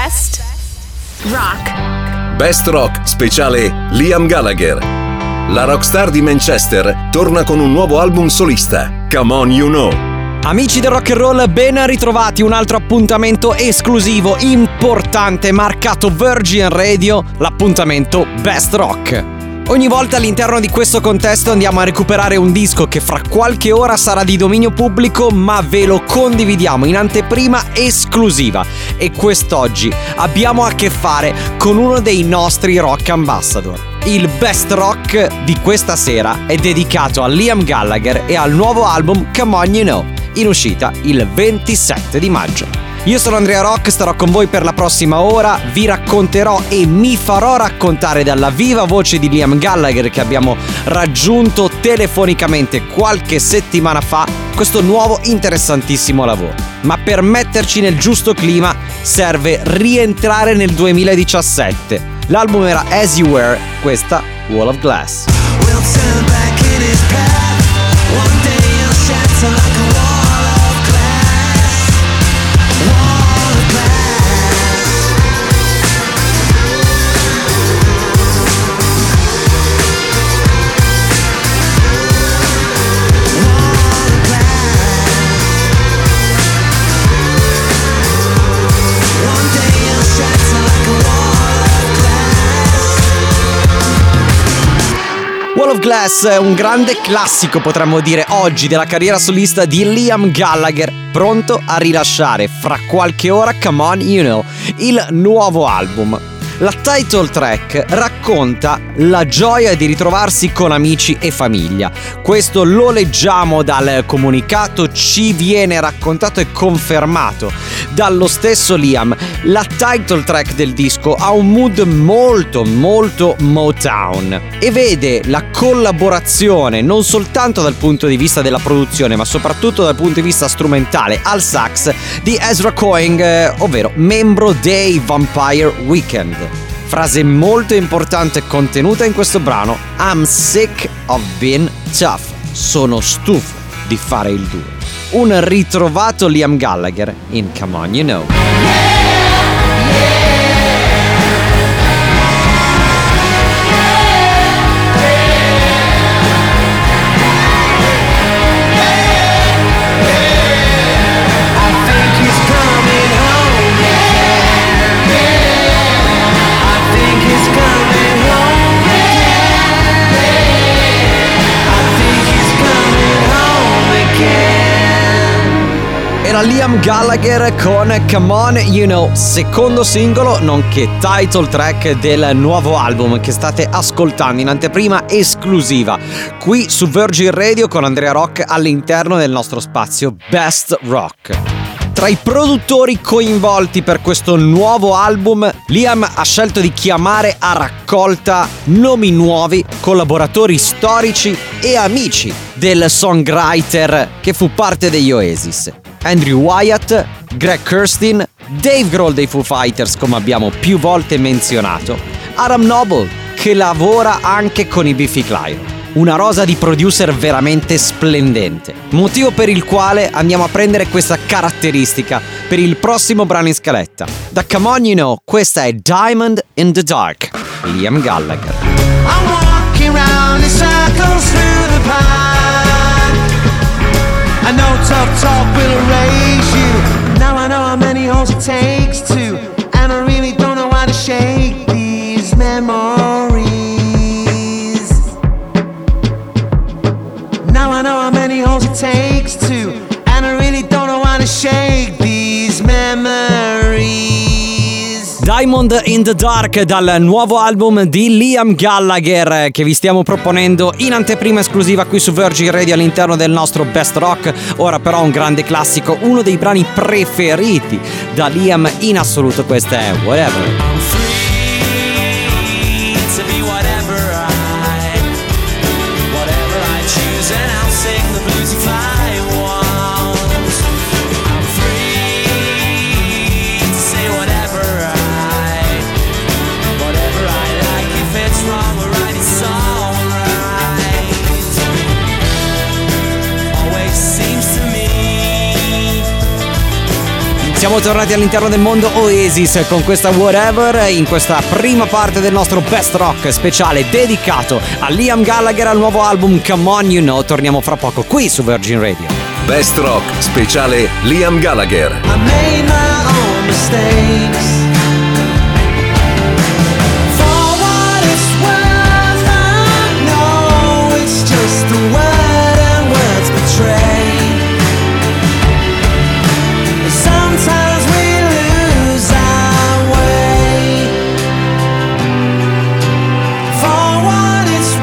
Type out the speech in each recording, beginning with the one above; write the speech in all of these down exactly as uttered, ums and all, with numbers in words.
Best Rock. Best Rock speciale Liam Gallagher. La rockstar di Manchester torna con un nuovo album solista, Come On You Know. Amici del rock and roll, ben ritrovati, un altro appuntamento esclusivo, importante, marcato Virgin Radio, l'appuntamento Best Rock. Ogni volta all'interno di questo contesto andiamo a recuperare un disco che fra qualche ora sarà di dominio pubblico, ma ve lo condividiamo in anteprima esclusiva. E quest'oggi abbiamo a che fare con uno dei nostri rock ambassador. Il Best Rock di questa sera è dedicato a Liam Gallagher e al nuovo album Come On You Know, in uscita il ventisette di maggio. Io sono Andrea Rock, starò con voi per la prossima ora, vi racconterò e mi farò raccontare dalla viva voce di Liam Gallagher, che abbiamo raggiunto telefonicamente qualche settimana fa, questo nuovo interessantissimo lavoro. Ma per metterci nel giusto clima serve rientrare nel duemiladiciassette. L'album era As You Were, questa Wall of Glass. We'll turn back in his path. One day you'll shatter like a wall of glass. Wall of glass. Wall of glass. One day you'll shatter like a wall of glass. Wall of Glass è un grande classico, potremmo dire, oggi della carriera solista di Liam Gallagher, pronto a rilasciare fra qualche ora Come On You Know, il nuovo album. La title track racconta la gioia di ritrovarsi con amici e famiglia. Questo lo leggiamo dal comunicato, ci viene raccontato e confermato dallo stesso Liam. La title track del disco ha un mood molto molto Motown e vede la collaborazione non soltanto dal punto di vista della produzione, ma soprattutto dal punto di vista strumentale al sax di Ezra Cohen, eh, ovvero membro dei Vampire Weekend. Frase molto importante contenuta in questo brano: I'm sick of being tough. Sono stufo di fare il duro. Un ritrovato Liam Gallagher in Come On You Know. Era Liam Gallagher con Come On You Know, secondo singolo nonché title track del nuovo album che state ascoltando in anteprima esclusiva qui su Virgin Radio con Andrea Rock all'interno del nostro spazio Best Rock. Tra i produttori coinvolti per questo nuovo album, Liam ha scelto di chiamare a raccolta nomi nuovi, collaboratori storici e amici del songwriter che fu parte degli Oasis. Andrew Wyatt, Greg Kurstin, Dave Grohl dei Foo Fighters, come abbiamo più volte menzionato, Adam Noble, che lavora anche con i Biffy Clyro. Una rosa di producer veramente splendente, motivo per il quale andiamo a prendere questa caratteristica per il prossimo brano in scaletta. Da Come On You Know, questa è Diamond in the Dark, Liam Gallagher. I'm walking round in circles through the park. I know tough talk will erase you. Now I know how many holes it takes to, and I really don't know how to shake these memories. Now I know how many holes it takes to, and I really don't know how to shake these memories. Diamond in the Dark dal nuovo album di Liam Gallagher che vi stiamo proponendo in anteprima esclusiva qui su Virgin Radio all'interno del nostro Best Rock. Ora però un grande classico, uno dei brani preferiti da Liam in assoluto, questa è Whatever. Siamo tornati all'interno del mondo Oasis con questa Whatever in questa prima parte del nostro Best Rock speciale dedicato a Liam Gallagher al nuovo album Come On You Know. Torniamo fra poco qui su Virgin Radio. Best Rock speciale Liam Gallagher. I made my own mistakes. For what it's worth, I know it's just a word and words betray. Sometimes we lose our way. For what it's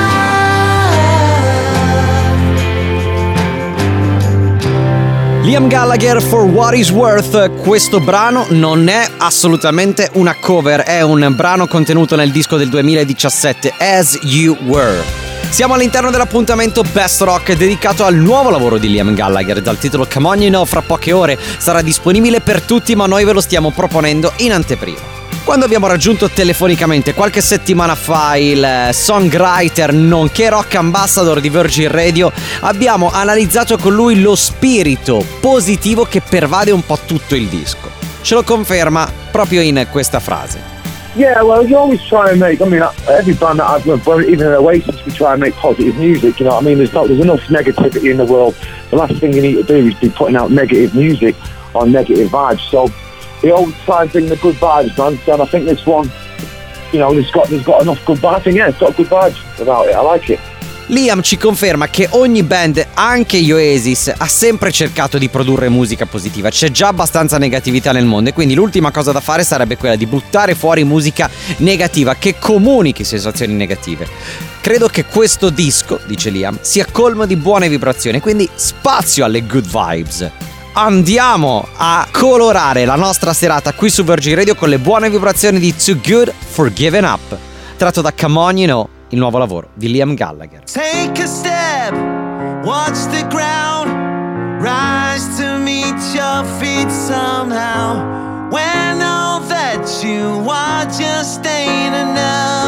worth. Liam Gallagher, For What Is Worth. Questo brano non è assolutamente una cover, è un brano contenuto nel disco del duemiladiciassette, As You Were. Siamo all'interno dell'appuntamento Best Rock dedicato al nuovo lavoro di Liam Gallagher dal titolo Come On You Know. Fra poche ore sarà disponibile per tutti, ma noi ve lo stiamo proponendo in anteprima. Quando abbiamo raggiunto telefonicamente qualche settimana fa il songwriter nonché rock ambassador di Virgin Radio, abbiamo analizzato con lui lo spirito positivo che pervade un po' tutto il disco. Ce lo conferma proprio in questa frase. Yeah, well, you always try and make, I mean, every band that I've done, even in Oasis, we try and make positive music, you know what I mean? There's not, there's enough negativity in the world. The last thing you need to do is be putting out negative music or negative vibes. So, we always try and bring the good vibes, man. And I think this one, you know, it's got, it's got enough good vibes. I think, yeah, it's got good vibes about it. I like it. Liam ci conferma che ogni band, anche gli Oasis, ha sempre cercato di produrre musica positiva. C'è già abbastanza negatività nel mondo e quindi l'ultima cosa da fare sarebbe quella di buttare fuori musica negativa che comunichi sensazioni negative. Credo che questo disco, dice Liam, sia colmo di buone vibrazioni, quindi spazio alle good vibes. Andiamo a colorare la nostra serata qui su Virgin Radio con le buone vibrazioni di Too Good for Giving Up, tratto da Come On You Know, il nuovo lavoro di Liam Gallagher. Take a step, watch the ground, rise to meet your feet somehow. When all that you are just ain't enough.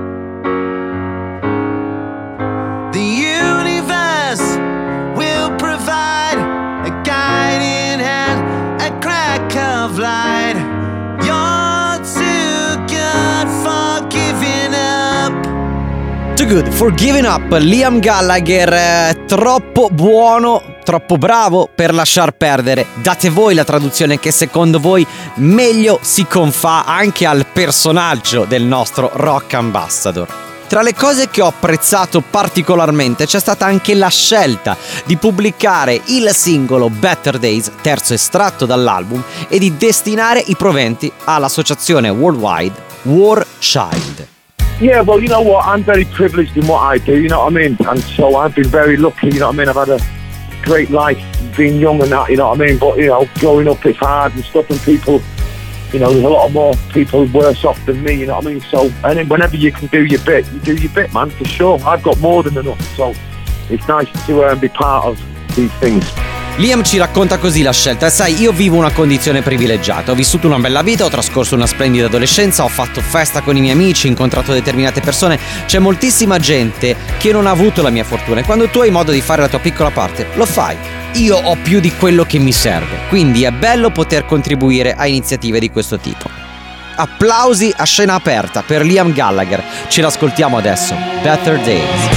The universe will provide a guiding hand, a crack of light. You're too good for giving up. Too Good for Giving Up, Liam Gallagher, eh, troppo buono, troppo bravo per lasciar perdere. Date voi la traduzione che secondo voi meglio si confà anche al personaggio del nostro rock ambassador. Tra le cose che ho apprezzato particolarmente c'è stata anche la scelta di pubblicare il singolo Better Days, terzo estratto dall'album, e di destinare i proventi all'associazione worldwide War Child. Yeah, well, you know what? I'm very privileged in what I do, you know what I mean? And so I've been very lucky, you know what I mean? I've had a great life being young and that, you know what I mean? But, you know, growing up it's hard and stuff, and people, you know, there's a lot more people worse off than me, you know what I mean? So, and then whenever you can do your bit, you do your bit, man, for sure. I've got more than enough, so it's nice to um, be part of these things. Liam ci racconta così la scelta. Sai, io vivo una condizione privilegiata, ho vissuto una bella vita, ho trascorso una splendida adolescenza, ho fatto festa con i miei amici, incontrato determinate persone. C'è moltissima gente che non ha avuto la mia fortuna e quando tu hai modo di fare la tua piccola parte, lo fai. Io ho più di quello che mi serve, quindi è bello poter contribuire a iniziative di questo tipo. Applausi a scena aperta per Liam Gallagher. Ce l'ascoltiamo adesso. Better Days.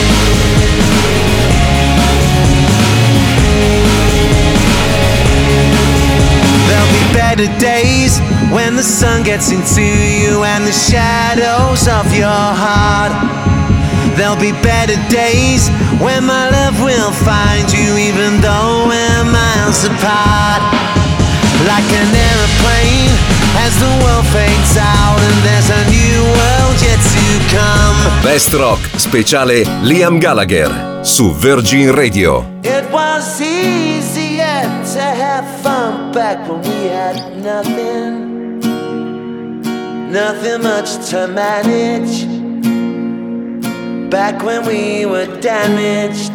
Better days when the sun gets into you and the shadows of your heart. There'll be better days when my love will find you even though we're miles apart. Like an airplane as the world fades out and there's a new world yet to come. Best Rock speciale Liam Gallagher su Virgin Radio. It was easier to have fun back when we had nothing, nothing much to manage. Back when we were damaged.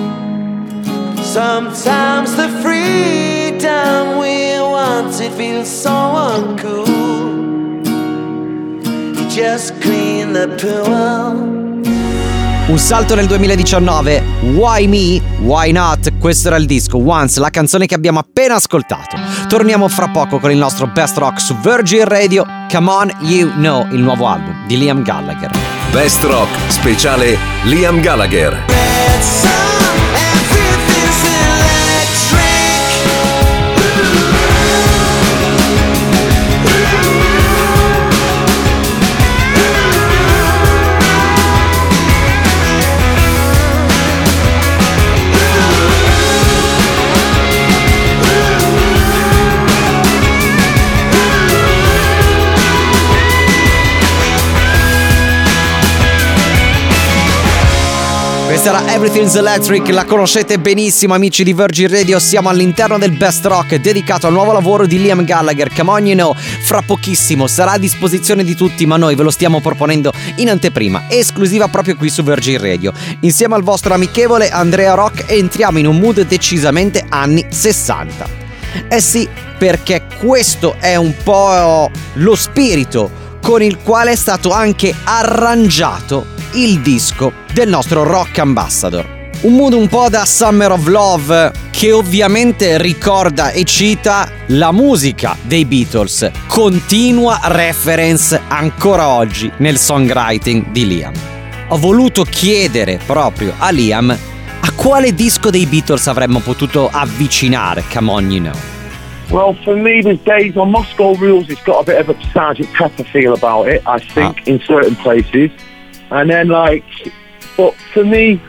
Sometimes the freedom we wanted feels so uncool. You just clean the pool. Un salto nel duemiladiciannove, Why Me? Why Not? Questo era il disco Once, la canzone che abbiamo appena ascoltato. Torniamo fra poco con il nostro Best Rock su Virgin Radio. Come On You Know, il nuovo album di Liam Gallagher. Best Rock speciale Liam Gallagher. Questa era Everything's Electric, la conoscete benissimo amici di Virgin Radio, siamo all'interno del Best Rock dedicato al nuovo lavoro di Liam Gallagher, Come On You Know, fra pochissimo sarà a disposizione di tutti ma noi ve lo stiamo proponendo in anteprima, esclusiva proprio qui su Virgin Radio. Insieme al vostro amichevole Andrea Rock entriamo in un mood decisamente anni sessanta. Eh sì, perché questo è un po' lo spirito con il quale è stato anche arrangiato il disco del nostro Rock Ambassador. Un mood un po' da Summer of Love che ovviamente ricorda e cita la musica dei Beatles, continua reference ancora oggi nel songwriting di Liam. Ho voluto chiedere proprio a Liam a quale disco dei Beatles avremmo potuto avvicinare Come On You Know. Well, for me, there's days on Moscow Rules, it's got a bit of a Sergeant Pepper feel about it, I think, ah. in certain places. And then, like, but for me,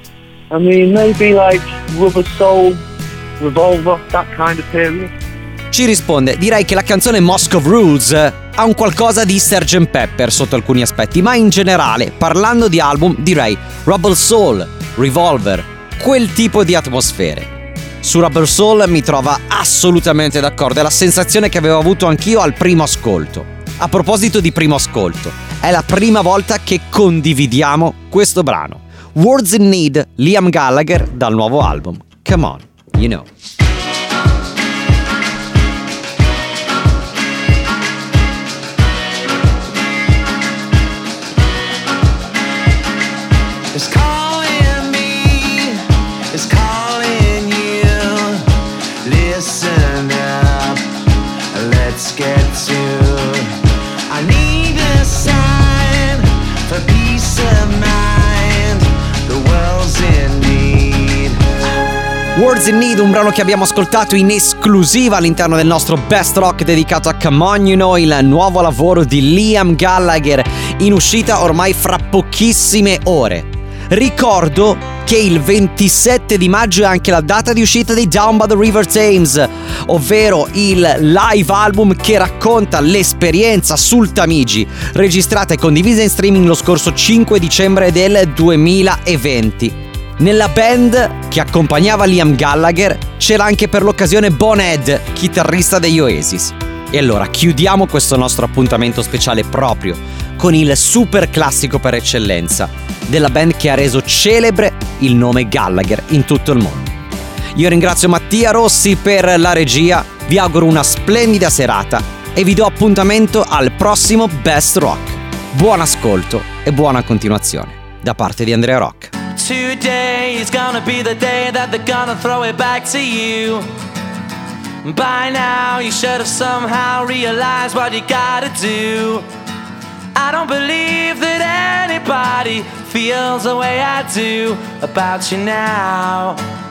I mean, maybe like Rubber Soul, Revolver, that kind of period. Ci risponde, direi che la canzone Moscow Rules ha un qualcosa di sergeant Pepper sotto alcuni aspetti, ma in generale, parlando di album, direi Rubber Soul, Revolver, quel tipo di atmosfere. Su Rubber Soul mi trova assolutamente d'accordo, è la sensazione che avevo avuto anch'io al primo ascolto. A proposito di primo ascolto, è la prima volta che condividiamo questo brano. Words in Need, Liam Gallagher, dal nuovo album Come On You Know. It's calling me, it's calling you. Listen up, let's get to. I need a sign for peace of mind. The world's in need. Words in Need, un brano che abbiamo ascoltato in esclusiva all'interno del nostro Best Rock dedicato a Come On You Know, il nuovo lavoro di Liam Gallagher, in uscita ormai fra pochissime ore. Ricordo che il ventisette di maggio è anche la data di uscita di Down by the River Thames, ovvero il live album che racconta l'esperienza sul Tamigi, registrata e condivisa in streaming lo scorso cinque dicembre del duemilaventi. Nella band che accompagnava Liam Gallagher c'era anche per l'occasione Bon Ed, chitarrista degli Oasis. E allora chiudiamo questo nostro appuntamento speciale proprio con il super classico per eccellenza della band che ha reso celebre il nome Gallagher in tutto il mondo. Io ringrazio Mattia Rossi per la regia, vi auguro una splendida serata e vi do appuntamento al prossimo Best Rock. Buon ascolto e buona continuazione da parte di Andrea Rock. Today is gonna be the day that they're gonna throw it back to you. By now you should have somehow realized what you gotta do. I don't believe that anybody feels the way I do about you now.